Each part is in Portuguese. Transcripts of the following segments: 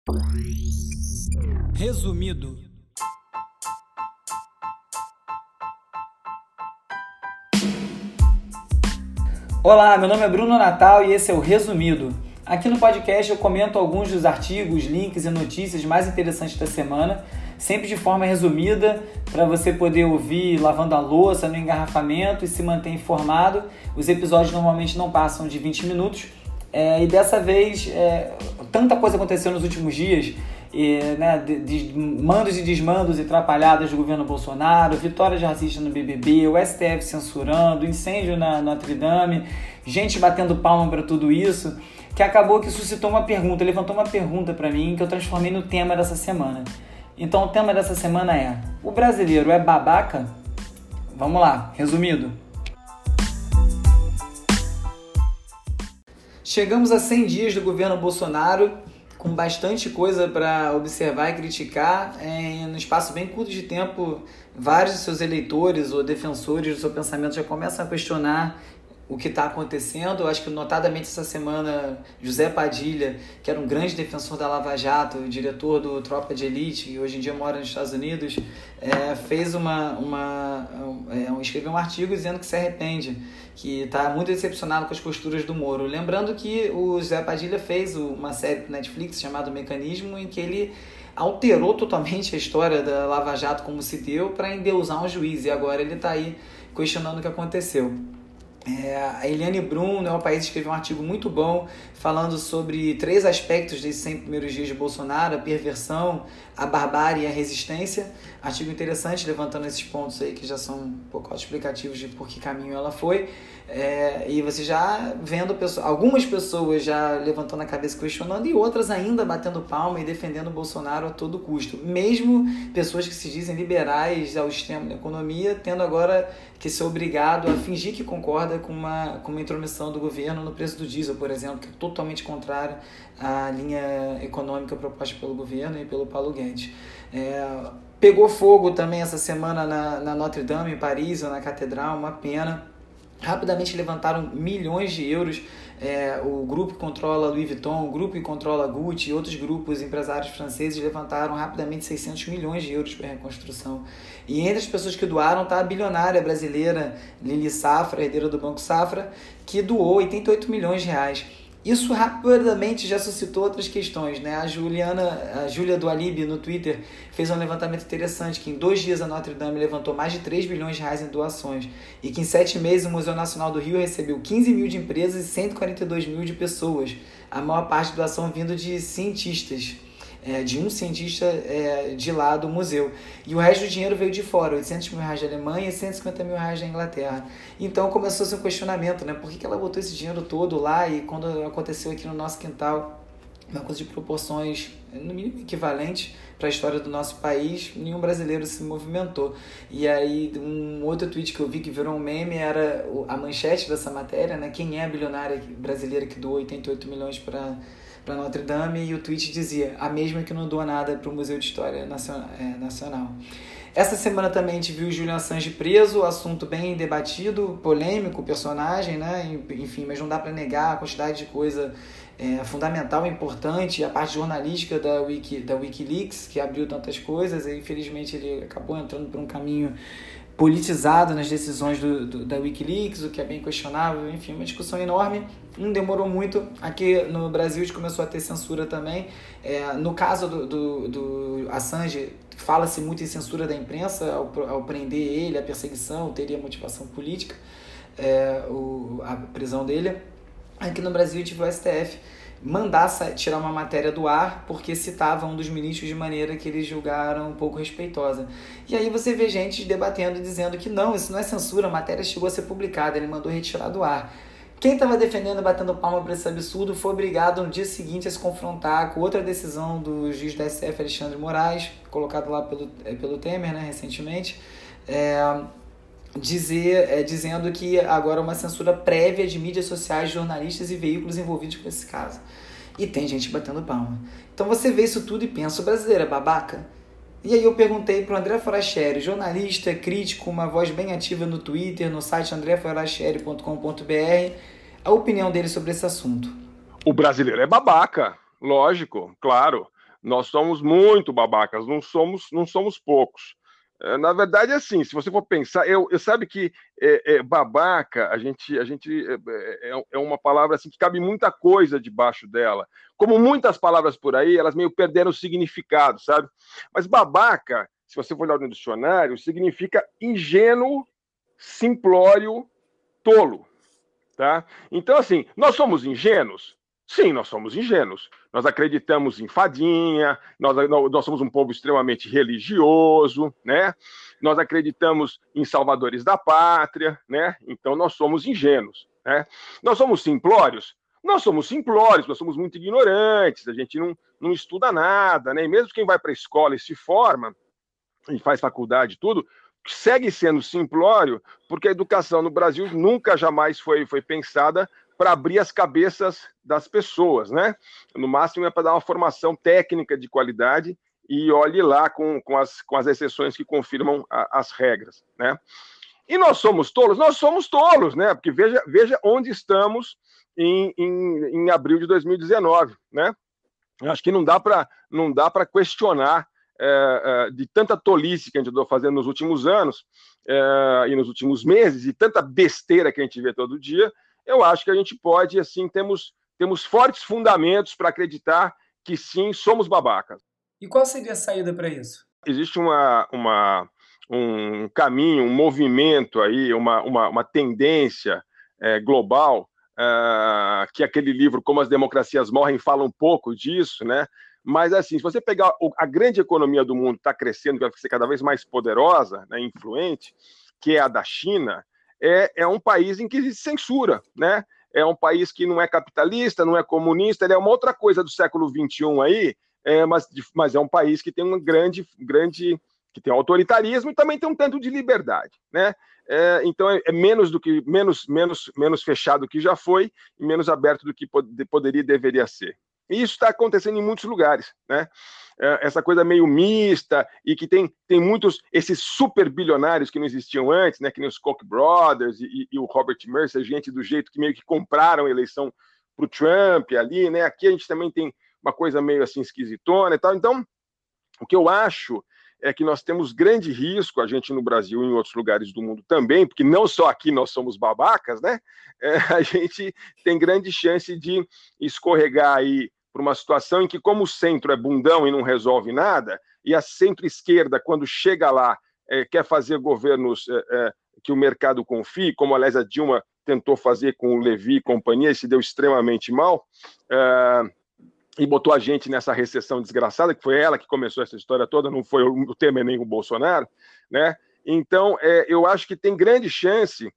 Resumido. Olá, meu nome é Bruno Natal e esse é o Resumido. Aqui no podcast eu comento alguns dos artigos, links e notícias mais interessantes da semana, sempre de forma resumida, para você poder ouvir lavando a louça, no engarrafamento e se manter informado. Os episódios normalmente não passam de 20 minutos. E dessa vez, tanta coisa aconteceu nos últimos dias, mandos e desmandos e atrapalhadas do governo Bolsonaro, vitória de racista no BBB, o STF censurando, incêndio na Notre Dame, gente batendo palma para tudo isso, que acabou que suscitou uma pergunta, levantou uma pergunta para mim que eu transformei no tema dessa semana. Então o tema dessa semana é: o brasileiro é babaca? Vamos lá, resumido. Chegamos a 100 dias do governo Bolsonaro, com bastante coisa para observar e criticar. No espaço bem curto de tempo, vários de seus eleitores ou defensores do seu pensamento já começam a questionar o que está acontecendo. Eu acho que notadamente essa semana José Padilha, que era um grande defensor da Lava Jato, diretor do Tropa de Elite, que hoje em dia mora nos Estados Unidos, escreveu um artigo dizendo que se arrepende, que está muito decepcionado com as posturas do Moro. Lembrando que o José Padilha fez uma série do Netflix chamada Mecanismo, em que ele alterou totalmente a história da Lava Jato como se deu para endeusar um juiz, e agora ele está aí questionando o que aconteceu. A Eliane Brum, no El País, escreveu um artigo muito bom falando sobre 3 aspectos desses 100 primeiros dias de Bolsonaro: a perversão, a barbárie e a resistência. Artigo interessante, levantando esses pontos aí que já são um pouco autoexplicativos de por que caminho ela foi. E você já vendo algumas pessoas já levantando a cabeça, questionando, e outras ainda batendo palma e defendendo o Bolsonaro a todo custo. Mesmo pessoas que se dizem liberais ao extremo da economia, tendo agora que ser obrigado a fingir que concorda com uma intromissão do governo no preço do diesel, por exemplo, que é totalmente contrária à linha econômica proposta pelo governo e pelo Paulo Guedes. Pegou fogo também essa semana na Notre Dame, em Paris, ou na Catedral, uma pena. Rapidamente levantaram milhões de euros. O grupo que controla Louis Vuitton, o grupo que controla Gucci e outros grupos empresários franceses levantaram rapidamente 600 milhões de euros para a reconstrução. E entre as pessoas que doaram está a bilionária brasileira Lili Safra, herdeira do Banco Safra, que doou 88 milhões de reais. Isso rapidamente já suscitou outras questões, né? A Júlia do Alibi, no Twitter, fez um levantamento interessante, que em 2 dias a Notre Dame levantou mais de 3 bilhões de reais em doações, e que em 7 meses o Museu Nacional do Rio recebeu 15 mil de empresas e 142 mil de pessoas, a maior parte da doação vindo de cientistas, de um cientista de lá do museu. E o resto do dinheiro veio de fora, 800 mil reais da Alemanha e 150 mil reais da Inglaterra. Então começou-se um questionamento, né? Por que ela botou esse dinheiro todo lá, e quando aconteceu aqui no nosso quintal, uma coisa de proporções no mínimo equivalentes para a história do nosso país, nenhum brasileiro se movimentou. E aí um outro tweet que eu vi que virou um meme era a manchete dessa matéria, né? Quem é a bilionária brasileira que doou 88 milhões para Notre Dame? E o tweet dizia: a mesma que não doa nada para o Museu de História Nacional. Essa semana também a gente viu o Julian Assange preso, assunto bem debatido, polêmico, personagem, né? Enfim, mas não dá para negar a quantidade de coisa fundamental, importante, a parte jornalística da Wikileaks, que abriu tantas coisas, e infelizmente ele acabou entrando por um caminho politizado nas decisões da Wikileaks, o que é bem questionável. Enfim, uma discussão enorme. Não demorou muito. Aqui no Brasil a gente começou a ter censura também. No caso do Assange, fala-se muito em censura da imprensa ao prender ele, a perseguição, teria motivação política, a prisão dele. Aqui no Brasil a gente viu o STF mandar tirar uma matéria do ar porque citava um dos ministros de maneira que eles julgaram um pouco respeitosa. E aí você vê gente debatendo e dizendo que não, isso não é censura, a matéria chegou a ser publicada, ele mandou retirar do ar. Quem estava defendendo, batendo palma para esse absurdo, foi obrigado no dia seguinte a se confrontar com outra decisão do juiz da STF, Alexandre Moraes, colocado lá pelo Temer, né, recentemente, dizendo que agora é uma censura prévia de mídias sociais, jornalistas e veículos envolvidos com esse caso. E tem gente batendo palma. Então você vê isso tudo e pensa: o brasileiro é babaca? E aí eu perguntei para o André Forastieri, jornalista, crítico, uma voz bem ativa no Twitter, no site andreforastieri.com.br, a opinião dele sobre esse assunto. O brasileiro é babaca, lógico, claro. Nós somos muito babacas, não somos poucos. Na verdade, é assim, se você for pensar, eu sabe que babaca, é uma palavra assim que cabe muita coisa debaixo dela. Como muitas palavras por aí, elas meio perderam o significado, sabe? Mas babaca, se você for olhar no dicionário, significa ingênuo, simplório, tolo, tá? Então, assim, nós somos ingênuos? Sim, nós somos ingênuos. Nós acreditamos em fadinha, nós somos um povo extremamente religioso, né? Nós acreditamos em salvadores da pátria, né? Então nós somos ingênuos, né? Nós somos simplórios? Nós somos simplórios, nós somos muito ignorantes, a gente não estuda nada, né? E mesmo quem vai para a escola e se forma, e faz faculdade e tudo, segue sendo simplório, porque a educação no Brasil nunca jamais foi pensada para abrir as cabeças das pessoas, né? No máximo é para dar uma formação técnica de qualidade e olhe lá com as exceções que confirmam as regras, né? E nós somos tolos? Nós somos tolos, né? Porque veja onde estamos em abril de 2019, né? Eu acho que não dá para questionar de tanta tolice que a gente andou fazendo nos últimos anos e nos últimos meses, e tanta besteira que a gente vê todo dia. Eu acho que a gente pode, assim, temos fortes fundamentos para acreditar que sim, somos babacas. E qual seria a saída para isso? Existe um caminho, um movimento aí, uma tendência global, que aquele livro Como as Democracias Morrem fala um pouco disso, né? Mas, assim, se você pegar a grande economia do mundo está crescendo, que vai ser cada vez mais poderosa, né, influente, que é a da China, é um país em que existe censura, né? É um país que não é capitalista, não é comunista, ele é uma outra coisa do século XXI aí, mas é um país que tem um grande que tem autoritarismo e também tem um tanto de liberdade, né? Então é menos fechado que já foi e menos aberto do que poderia e deveria ser. E isso está acontecendo em muitos lugares, né? Essa coisa meio mista e que tem muitos, esses super bilionários que não existiam antes, né? Que nem os Koch brothers e o Robert Mercer, gente do jeito que meio que compraram a eleição para o Trump ali, né? Aqui a gente também tem uma coisa meio assim esquisitona e tal. Então, o que eu acho é que nós temos grande risco, a gente no Brasil e em outros lugares do mundo também, porque não só aqui nós somos babacas, né? A gente tem grande chance de escorregar aí para uma situação em que, como o centro é bundão e não resolve nada, e a centro-esquerda, quando chega lá, quer fazer governos que o mercado confie, como, aliás, a Dilma tentou fazer com o Levi e companhia, e se deu extremamente mal, e botou a gente nessa recessão desgraçada, que foi ela que começou essa história toda, não foi o Temer nem o Bolsonaro, né? Então, eu acho que tem grande chance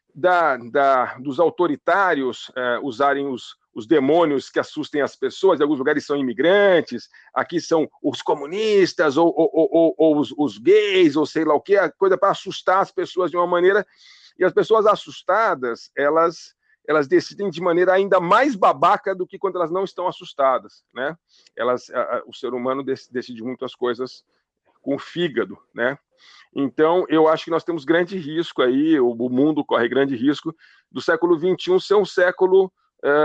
dos autoritários usarem os demônios que assustem as pessoas. Em alguns lugares são imigrantes, aqui são os comunistas, ou os gays, ou sei lá o que, a coisa para assustar as pessoas de uma maneira, e as pessoas assustadas, elas decidem de maneira ainda mais babaca do que quando elas não estão assustadas, né? O ser humano decide muitas coisas com o fígado, né? Então, eu acho que nós temos grande risco aí, o mundo corre grande risco do século XXI ser um século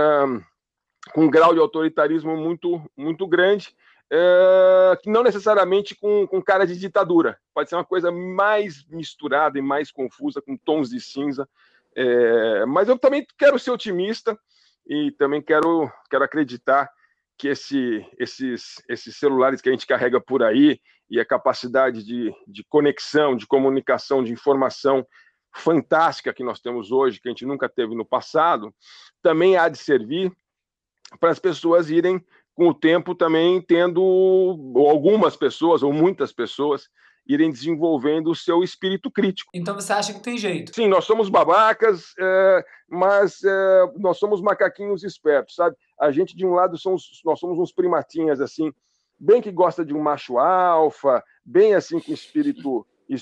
com um grau de autoritarismo muito, muito grande, que não necessariamente com cara de ditadura. Pode ser uma coisa mais misturada e mais confusa, com tons de cinza. Mas eu também quero ser otimista e também quero acreditar que esses celulares que a gente carrega por aí e a capacidade de conexão, de comunicação, de informação fantástica que nós temos hoje, que a gente nunca teve no passado, também há de servir para as pessoas irem, com o tempo, também tendo, ou algumas pessoas, ou muitas pessoas, irem desenvolvendo o seu espírito crítico. Então você acha que tem jeito? Sim, nós somos babacas, mas nós somos macaquinhos espertos, sabe? A gente, de um lado, nós somos uns primatinhas, assim, bem que gosta de um macho alfa, bem assim com espírito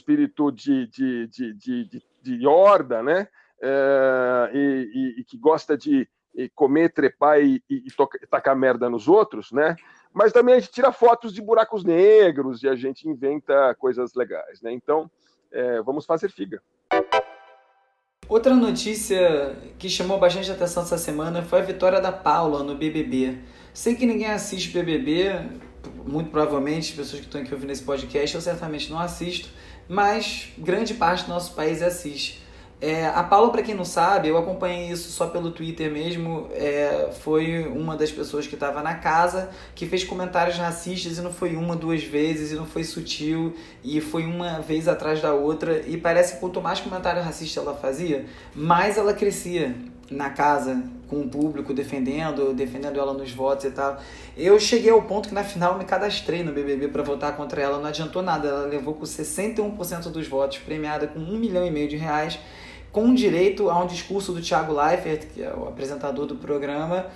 de horda, né? E que gosta de comer, trepar e tacar merda nos outros, né? Mas também a gente tira fotos de buracos negros e a gente inventa coisas legais, né? Então, vamos fazer figa. Outra notícia que chamou bastante atenção essa semana foi a vitória da Paula no BBB. Sei que ninguém assiste BBB, muito provavelmente, as pessoas que estão aqui ouvindo esse podcast, eu certamente não assisto, mas grande parte do nosso país assiste. A Paula, para quem não sabe, eu acompanhei isso só pelo Twitter mesmo, foi uma das pessoas que estava na casa, que fez comentários racistas, e não foi uma, duas vezes, e não foi sutil, e foi uma vez atrás da outra, e parece que quanto mais comentário racista ela fazia, mais ela crescia na casa, com o público defendendo ela nos votos e tal. Eu cheguei ao ponto que na final eu me cadastrei no BBB para votar contra ela, não adiantou nada, ela levou com 61% dos votos, premiada com R$1,5 milhão, com direito a um discurso do Thiago Leifert, que é o apresentador do programa,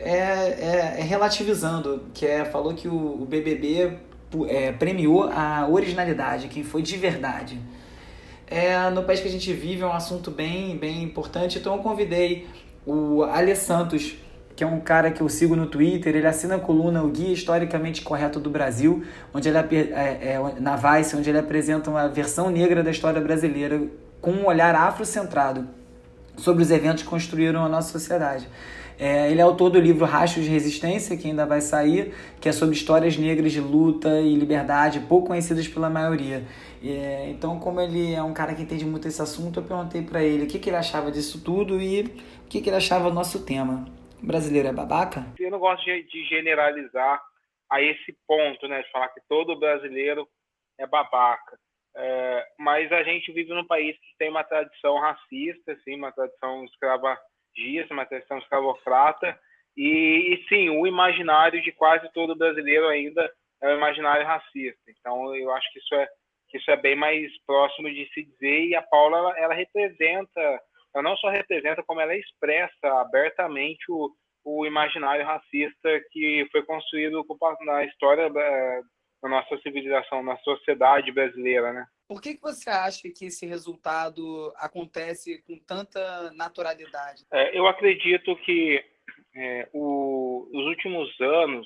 relativizando, falou que o BBB premiou a originalidade, quem foi de verdade. No país que a gente vive é um assunto bem, bem importante, então eu convidei o Ale Santos, que é um cara que eu sigo no Twitter, ele assina a coluna O Guia Historicamente Correto do Brasil, onde ele na Vice, onde ele apresenta uma versão negra da história brasileira, com um olhar afrocentrado sobre os eventos que construíram a nossa sociedade. Ele é autor do livro Rastros de Resistência, que ainda vai sair, que é sobre histórias negras de luta e liberdade, pouco conhecidas pela maioria. Então, como ele é um cara que entende muito esse assunto, eu perguntei para ele o que ele achava disso tudo e o que ele achava do nosso tema. O brasileiro é babaca? Eu não gosto de generalizar a esse ponto, né, de falar que todo brasileiro é babaca. Mas a gente vive num país que tem uma tradição racista, assim, uma tradição escravagista, uma tradição escravocrata, e sim, o imaginário de quase todo brasileiro ainda é o imaginário racista. Então, eu acho que isso é bem mais próximo de se dizer, e a Paula, ela não só representa, como ela expressa abertamente o imaginário racista que foi construído na história da nossa civilização, na sociedade brasileira, né? Por que você acha que esse resultado acontece com tanta naturalidade? Eu acredito que os últimos anos,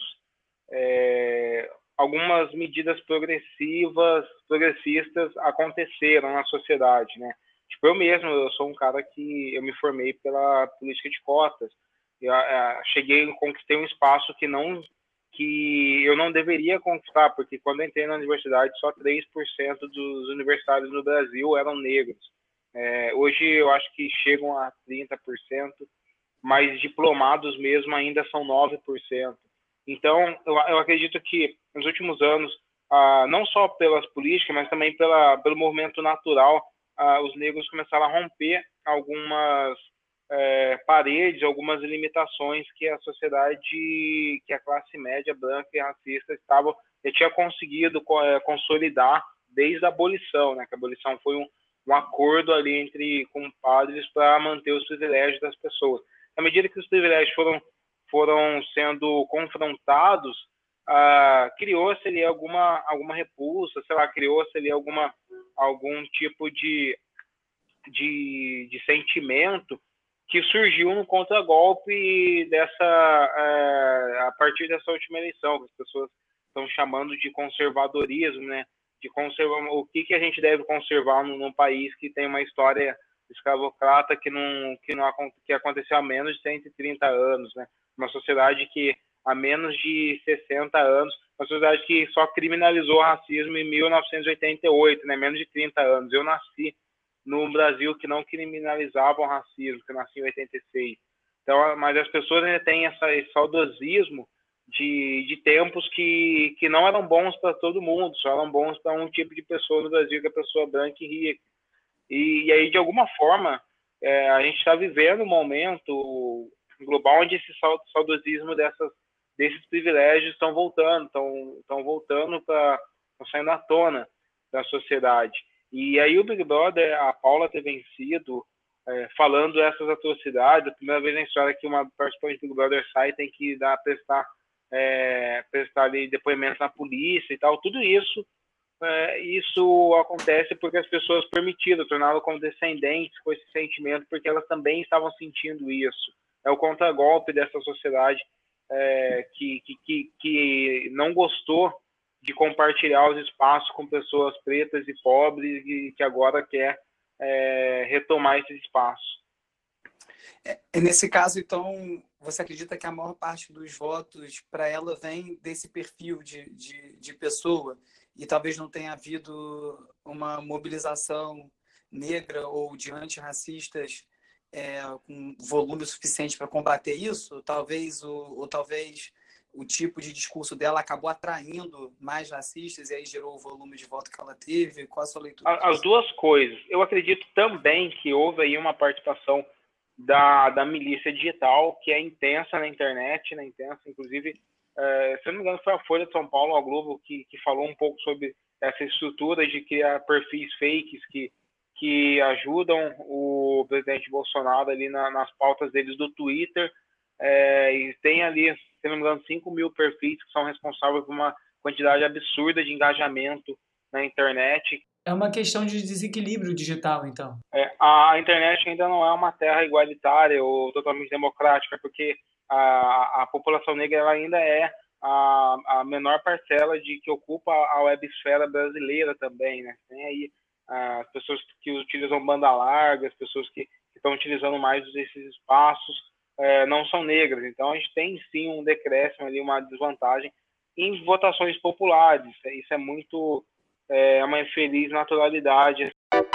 algumas medidas progressistas aconteceram na sociedade, né? Tipo, eu sou um cara que eu me formei pela política de cotas. Eu conquistei um espaço que eu não deveria conquistar, porque quando eu entrei na universidade, só 3% dos universitários no Brasil eram negros. Hoje eu acho que chegam a 30%, mas diplomados mesmo ainda são 9%. Então, eu acredito que nos últimos anos, não só pelas políticas, mas também pelo movimento natural, os negros começaram a romper algumas paredes, algumas limitações que a sociedade, que a classe média branca e racista tinha conseguido consolidar desde a abolição, né? Que a abolição foi um acordo ali entre compadres para manter os privilégios das pessoas. À medida que os privilégios foram sendo confrontados, criou-se ali alguma repulsa, sei lá, criou-se ali algum tipo de sentimento que surgiu no contragolpe a partir dessa última eleição, que as pessoas estão chamando de conservadorismo, né? De conservar o que a gente deve conservar num país que tem uma história escravocrata que aconteceu há menos de 130 anos, né? Uma sociedade que há menos de 60 anos, uma sociedade que só criminalizou o racismo em 1988, né? Menos de 30 anos. Eu nasci no Brasil que não criminalizava o racismo, que eu nasci em 86. Então, mas as pessoas ainda têm esse saudosismo de tempos que não eram bons para todo mundo, só eram bons para um tipo de pessoa no Brasil, que é a pessoa branca e rica. E aí, de alguma forma, a gente está vivendo um momento global onde esse saudosismo desses privilégios estão voltando para saindo à tona da sociedade. E aí o Big Brother, a Paula ter vencido, falando essas atrocidades, a primeira vez na história que uma participante do Big Brother sai tem que prestar ali depoimento na polícia e tal, tudo isso acontece porque as pessoas permitiram, tornaram como descendentes com esse sentimento, porque elas também estavam sentindo isso. É o contragolpe dessa sociedade que não gostou de compartilhar os espaços com pessoas pretas e pobres e que agora quer retomar esse espaço. Nesse caso, então, você acredita que a maior parte dos votos para ela vem desse perfil de pessoa e talvez não tenha havido uma mobilização negra ou de antirracistas com volume suficiente para combater isso? Talvez o tipo de discurso dela acabou atraindo mais racistas e aí gerou o volume de voto que ela teve? Qual a sua leitura disso? As duas coisas. Eu acredito também que houve aí uma participação da milícia digital, que é intensa na internet, inclusive, se eu não me engano, foi a Folha de São Paulo, a Globo, que falou um pouco sobre essa estrutura de criar perfis fakes que ajudam o presidente Bolsonaro ali nas pautas deles do Twitter, e tem ali, se eu não me engano, 5 mil perfis que são responsáveis por uma quantidade absurda de engajamento na internet. É uma questão de desequilíbrio digital, então. A internet ainda não é uma terra igualitária ou totalmente democrática, porque a população negra ela ainda é a menor parcela que ocupa a websfera brasileira também, né? Tem aí as pessoas que utilizam banda larga, as pessoas que estão utilizando mais esses espaços, não são negras. Então, a gente tem sim um decréscimo ali, uma desvantagem em votações populares. Isso é muito... uma infeliz naturalidade.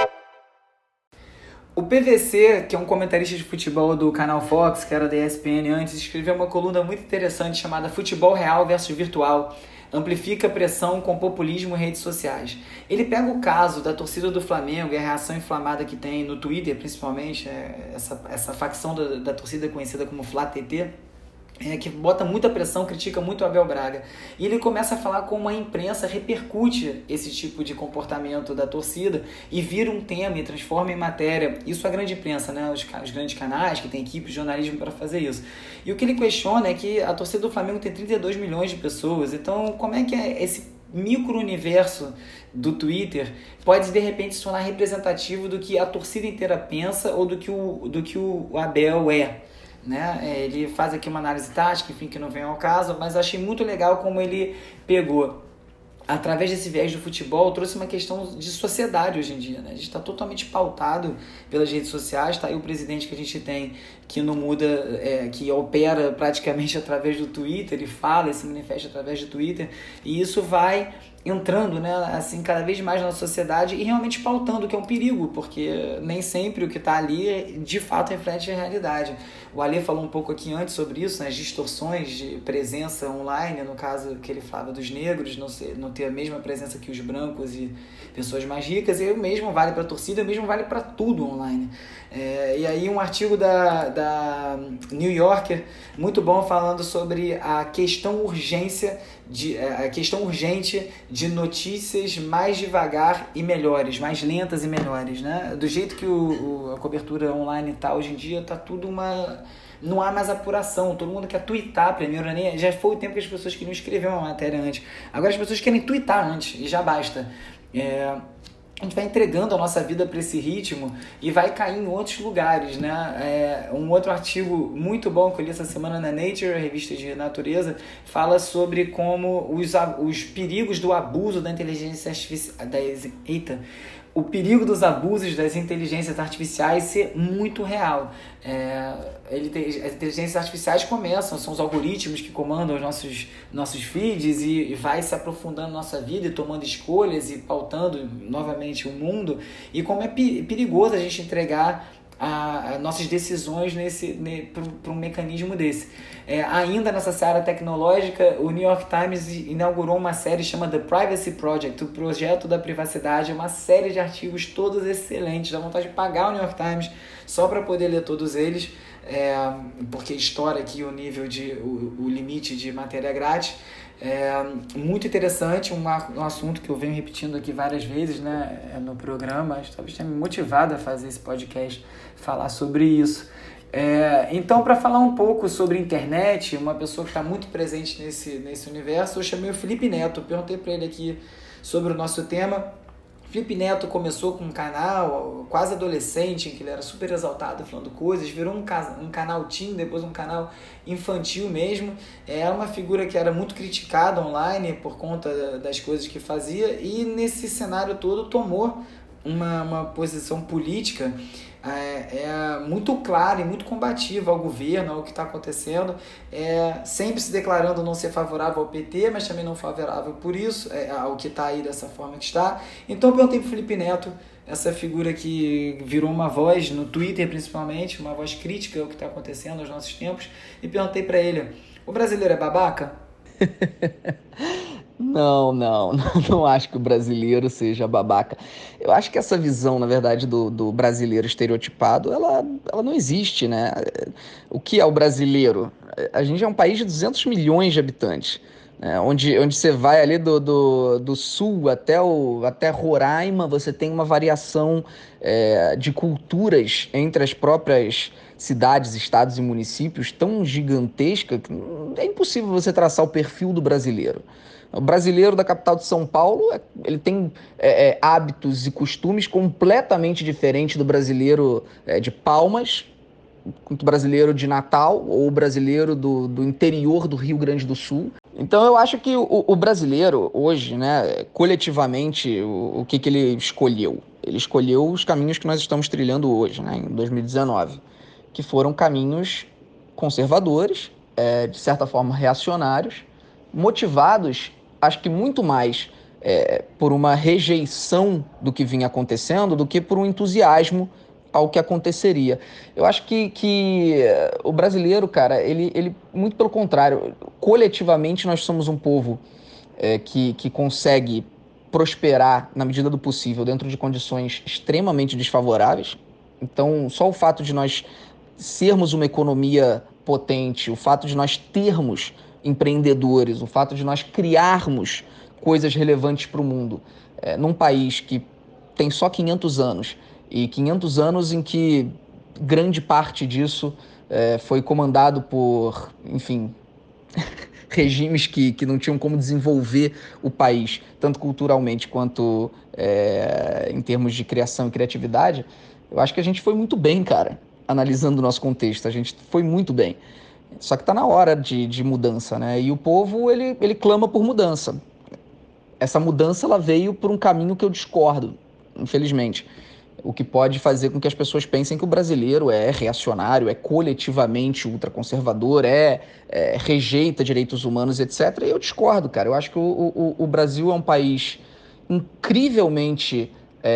O PVC, que é um comentarista de futebol do canal Fox, que era da ESPN antes, escreveu uma coluna muito interessante chamada Futebol Real versus Virtual. Amplifica a pressão com populismo e redes sociais. Ele pega o caso da torcida do Flamengo e a reação inflamada que tem no Twitter, principalmente, essa facção da torcida conhecida como FlaTT, que bota muita pressão, critica muito o Abel Braga. E ele começa a falar como a imprensa repercute esse tipo de comportamento da torcida e vira um tema e transforma em matéria. Isso é a grande imprensa, né? Os grandes canais que têm equipe de jornalismo para fazer isso. E o que ele questiona é que a torcida do Flamengo tem 32 milhões de pessoas. Então, como é que esse micro-universo do Twitter pode, de repente, se tornar representativo do que a torcida inteira pensa ou do que o Abel é? Né? Ele faz aqui uma análise tática, enfim, que não vem ao caso, mas eu achei muito legal como ele pegou, através desse viés do futebol, trouxe uma questão de sociedade hoje em dia, né? A gente está totalmente pautado pelas redes sociais, tá aí o presidente que a gente tem que não muda, que opera praticamente através do Twitter, e fala e se manifesta através do Twitter, e isso vai entrando, né, assim, cada vez mais na sociedade e realmente pautando, que é um perigo, porque nem sempre o que está ali de fato reflete a realidade. O Alê falou um pouco aqui antes sobre isso, né, as distorções de presença online, no caso que ele falava dos negros, não ter a mesma presença que os brancos e pessoas mais ricas, e o mesmo vale para a torcida, o mesmo vale para tudo online. E aí um artigo da New Yorker, muito bom, falando sobre a questão urgente de notícias mais devagar e melhores, mais lentas e melhores, né? Do jeito que a cobertura online está hoje em dia, tá tudo não há mais apuração, todo mundo quer twittar primeiro, né? Já foi o tempo que as pessoas queriam escrever uma matéria antes, agora as pessoas querem twittar antes e já basta. A gente vai entregando a nossa vida para esse ritmo e vai cair em outros lugares, né? Um outro artigo muito bom que eu li essa semana na Nature, a revista de natureza, fala sobre como os perigos do abuso da inteligência artificial, o perigo dos abusos das inteligências artificiais ser muito real. As inteligências artificiais são os algoritmos que comandam os nossos feeds e vai se aprofundando na nossa vida e tomando escolhas e pautando novamente o mundo, e como é perigoso a gente entregar nossas decisões para um mecanismo desse. Ainda nessa seara tecnológica, o New York Times inaugurou uma série chamada The Privacy Project, o Projeto da Privacidade, uma série de artigos todos excelentes, dá vontade de pagar o New York Times só para poder ler todos eles, porque estoura aqui o nível o limite de matéria grátis. Muito interessante, um assunto que eu venho repetindo aqui várias vezes, né, no programa, acho que talvez tenha me motivado a fazer esse podcast, falar sobre isso. Então, para falar um pouco sobre internet, uma pessoa que está muito presente nesse universo, eu chamei o Felipe Neto, perguntei para ele aqui sobre o nosso tema. Felipe Neto começou com um canal quase adolescente, em que ele era super exaltado falando coisas, virou um canal teen, depois um canal infantil mesmo. É uma figura que era muito criticada online por conta das coisas que fazia, e nesse cenário todo tomou uma posição política é muito clara e muito combativa ao governo, ao que está acontecendo, sempre se declarando não ser favorável ao PT, mas também não favorável por isso, ao que está aí dessa forma que está. Então eu perguntei para o Felipe Neto, essa figura que virou uma voz no Twitter principalmente, uma voz crítica ao que está acontecendo nos nossos tempos, e perguntei para ele, o brasileiro é babaca? Não acho que o brasileiro seja babaca. Eu acho que essa visão, na verdade, do brasileiro estereotipado, ela não existe, né? O que é o brasileiro? A gente é um país de 200 milhões de habitantes, né? Onde você vai ali do sul até Roraima, você tem uma variação de culturas entre as próprias cidades, estados e municípios tão gigantesca que é impossível você traçar o perfil do brasileiro. O brasileiro da capital de São Paulo, ele tem hábitos e costumes completamente diferentes do brasileiro de Palmas, do brasileiro de Natal ou o brasileiro do interior do Rio Grande do Sul. Então eu acho que o brasileiro hoje, né, coletivamente, o que ele escolheu? Ele escolheu os caminhos que nós estamos trilhando hoje, né, em 2019, que foram caminhos conservadores, de certa forma reacionários, motivados, acho que muito mais por uma rejeição do que vinha acontecendo do que por um entusiasmo ao que aconteceria. Eu acho que o brasileiro, cara, ele muito pelo contrário, coletivamente nós somos um povo que consegue prosperar na medida do possível dentro de condições extremamente desfavoráveis. Então, só o fato de nós sermos uma economia potente, o fato de nós termos empreendedores, o fato de nós criarmos coisas relevantes para o mundo, num país que tem só 500 anos, e 500 anos em que grande parte disso foi comandado por, enfim, regimes que não tinham como desenvolver o país, tanto culturalmente quanto em termos de criação e criatividade. Eu acho que a gente foi muito bem, cara, analisando o nosso contexto. A gente foi muito bem. Só que está na hora de mudança, né? E o povo, ele clama por mudança. Essa mudança, ela veio por um caminho que eu discordo, infelizmente. O que pode fazer com que as pessoas pensem que o brasileiro é reacionário, é coletivamente ultraconservador, rejeita direitos humanos, etc. E eu discordo, cara. Eu acho que o Brasil é um país incrivelmente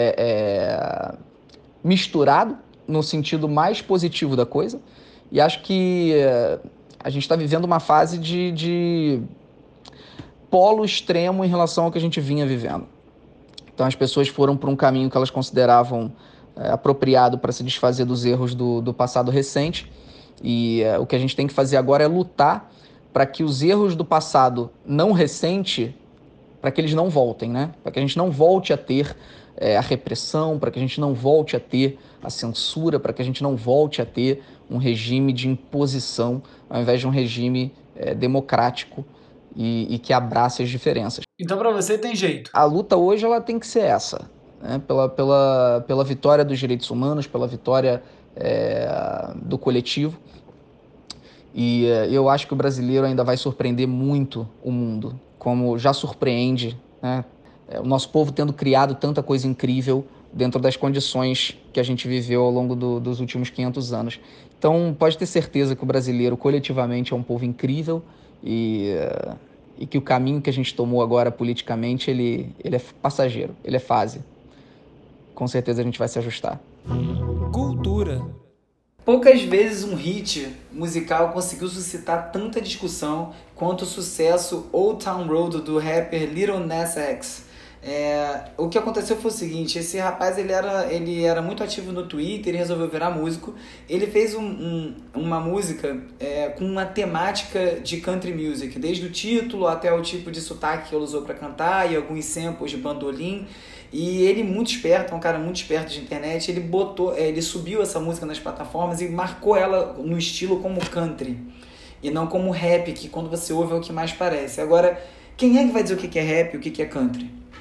misturado, no sentido mais positivo da coisa. E acho que a gente está vivendo uma fase de polo extremo em relação ao que a gente vinha vivendo. Então as pessoas foram por um caminho que elas consideravam apropriado para se desfazer dos erros do passado recente. E o que a gente tem que fazer agora é lutar para que os erros do passado não recente, para que eles não voltem, né? Para que a gente não volte a ter a repressão, para que a gente não volte a ter a censura, para que a gente não volte a ter um regime de imposição, ao invés de um regime democrático e que abrace as diferenças. Então, para você, tem jeito? A luta hoje ela tem que ser essa, né? Pela vitória dos direitos humanos, pela vitória do coletivo. E eu acho que o brasileiro ainda vai surpreender muito o mundo, como já surpreende, né? O nosso povo tendo criado tanta coisa incrível dentro das condições que a gente viveu ao longo dos últimos 500 anos. Então, pode ter certeza que o brasileiro, coletivamente, é um povo incrível e que o caminho que a gente tomou agora politicamente, ele é passageiro, ele é fase. Com certeza a gente vai se ajustar. Cultura. Poucas vezes um hit musical conseguiu suscitar tanta discussão quanto o sucesso Old Town Road do rapper Lil Nas X. O que aconteceu foi o seguinte: esse rapaz ele era muito ativo no Twitter, ele resolveu virar músico. Ele fez uma música com uma temática de country music, desde o título até o tipo de sotaque que ele usou para cantar e alguns samples de bandolim. E ele, muito esperto, é um cara muito esperto de internet, ele subiu essa música nas plataformas e marcou ela no estilo como country e não como rap, que quando você ouve é o que mais parece. Agora, quem é que vai dizer o que é rap e o que é country?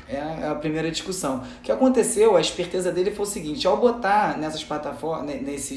É a primeira discussão. O que aconteceu, a esperteza dele foi o seguinte: ao botar nessas plataformas,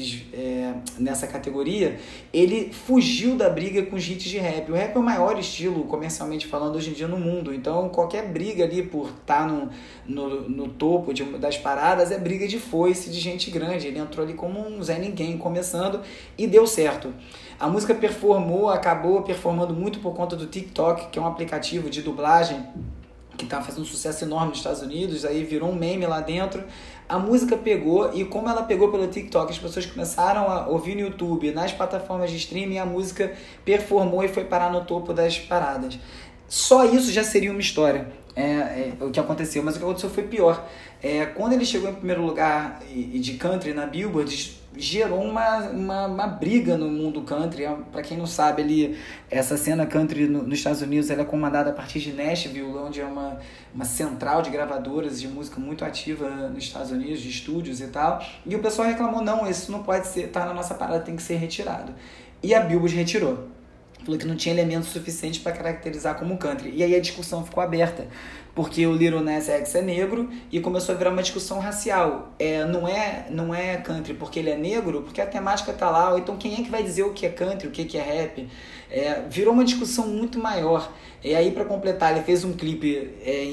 nessa categoria, ele fugiu da briga com os hits de rap. O rap é o maior estilo, comercialmente falando, hoje em dia no mundo. Então, qualquer briga ali por estar no topo das paradas é briga de foice de gente grande. Ele entrou ali como um Zé Ninguém, começando, e deu certo. A música acabou performando muito por conta do TikTok, que é um aplicativo de dublagem que tá fazendo um sucesso enorme nos Estados Unidos, aí virou um meme lá dentro. A música pegou, e como ela pegou pelo TikTok, as pessoas começaram a ouvir no YouTube, nas plataformas de streaming, a música performou e foi parar no topo das paradas. Só isso já seria uma história, o que aconteceu, mas o que aconteceu foi pior. Quando ele chegou em primeiro lugar de country na Billboard, gerou uma briga no mundo country. Para quem não sabe, essa cena country nos Estados Unidos, ela é comandada a partir de Nashville, onde é uma central de gravadoras de música muito ativa nos Estados Unidos, de estúdios e tal. E o pessoal reclamou: não, isso não pode tá na nossa parada, tem que ser retirado. E a Billboard retirou. Falou que não tinha elementos suficientes para caracterizar como country. E aí a discussão ficou aberta, porque o Lil Nas X é negro e começou a virar uma discussão racial. Não é country porque ele é negro, porque a temática tá lá. Ou então quem é que vai dizer o que é country, o que é rap? Virou uma discussão muito maior. E aí, para completar, ele fez um clipe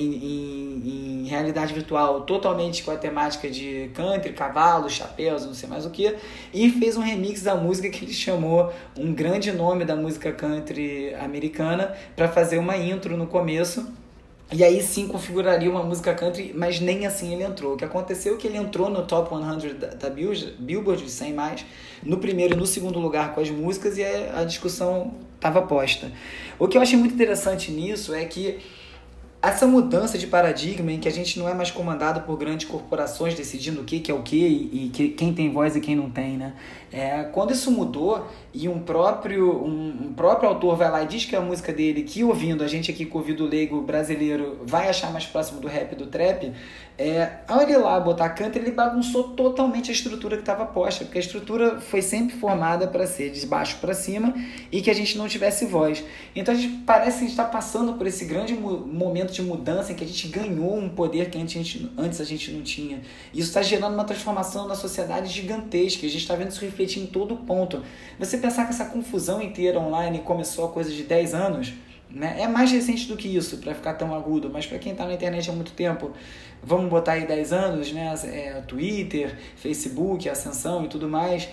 em realidade virtual totalmente com a temática de country, cavalos, chapéus, não sei mais o que, e fez um remix da música que ele chamou um grande nome da música country americana para fazer uma intro no começo. E aí sim configuraria uma música country, mas nem assim ele entrou. O que aconteceu é que ele entrou no Top 100 da Billboard, sem mais, no primeiro e no segundo lugar com as músicas, e a discussão estava posta. O que eu achei muito interessante nisso é que essa mudança de paradigma em que a gente não é mais comandado por grandes corporações decidindo o que é o que e quem tem voz e quem não tem, né? Quando isso mudou e um próprio autor vai lá e diz que a música dele, que ouvindo, a gente aqui com o ouvido leigo brasileiro vai achar mais próximo do rap e do trap, ao ele lá botar country, ele bagunçou totalmente a estrutura que estava posta, porque a estrutura foi sempre formada para ser de baixo para cima e que a gente não tivesse voz. Então a gente parece que a gente está passando por esse grande momento de mudança em que a gente ganhou um poder que antes a gente não tinha. Isso está gerando uma transformação na sociedade gigantesca. A gente está vendo isso refletir em todo ponto. Você pensar que essa confusão inteira online começou há coisa de 10 anos, né? É mais recente do que isso, para ficar tão agudo, mas para quem está na internet há muito tempo, vamos botar aí 10 anos, né? Twitter, Facebook, ascensão e tudo mais,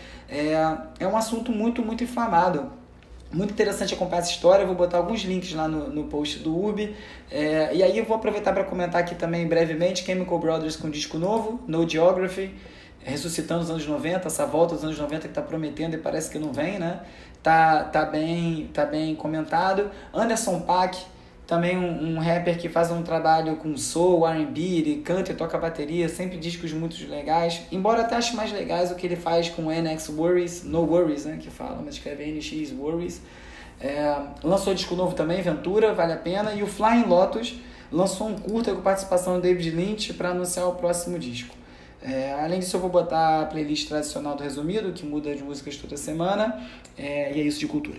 é um assunto muito, muito inflamado. Muito interessante acompanhar essa história. Eu vou botar alguns links lá no post do URB. E aí eu vou aproveitar para comentar aqui também brevemente Chemical Brothers com um disco novo, No Geography, ressuscitando os anos 90, essa volta dos anos 90 que está prometendo e parece que não vem, né? Tá bem comentado. Anderson .Paak, também um rapper que faz um trabalho com soul, R&B, ele canta e toca bateria, sempre discos muito legais, embora até ache mais legais o que ele faz com NX Worries, No Worries, né, que fala, mas escreve NX Worries. Lançou disco novo também, Ventura, vale a pena, e o Flying Lotus lançou um curta com participação do David Lynch para anunciar o próximo disco. Além disso, eu vou botar a playlist tradicional do Resumido, que muda de músicas toda semana, e é isso de cultura.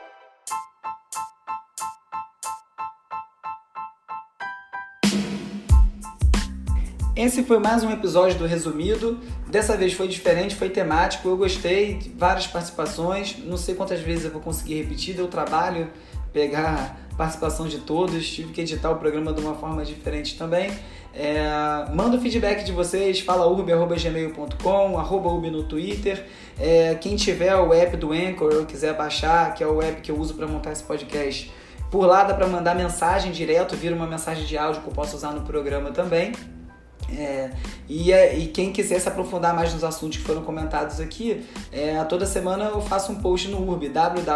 Esse foi mais um episódio do Resumido. Dessa vez foi diferente, foi temático, eu gostei, várias participações, não sei quantas vezes eu vou conseguir repetir, deu trabalho pegar participação de todos, tive que editar o programa de uma forma diferente também. Manda o feedback de vocês, fala urb@gmail.com, @urb no Twitter. Quem tiver o app do Anchor ou quiser baixar, que é o app que eu uso para montar esse podcast, por lá dá para mandar mensagem direto, vira uma mensagem de áudio que eu posso usar no programa também. E quem quiser se aprofundar mais nos assuntos que foram comentados aqui, toda semana eu faço um post no URB,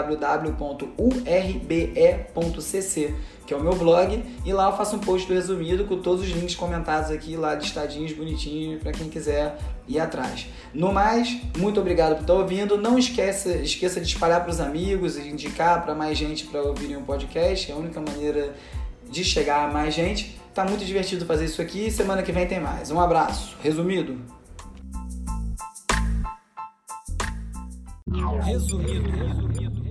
www.urbe.cc, que é o meu blog, e lá eu faço um post do Resumido com todos os links comentados aqui, lá listadinhos, bonitinhos, para quem quiser ir atrás. No mais, muito obrigado por estar ouvindo. Não esqueça de espalhar para os amigos e indicar para mais gente para ouvirem o podcast, é a única maneira de chegar a mais gente. Tá muito divertido fazer isso aqui. Semana que vem tem mais. Um abraço. Resumido.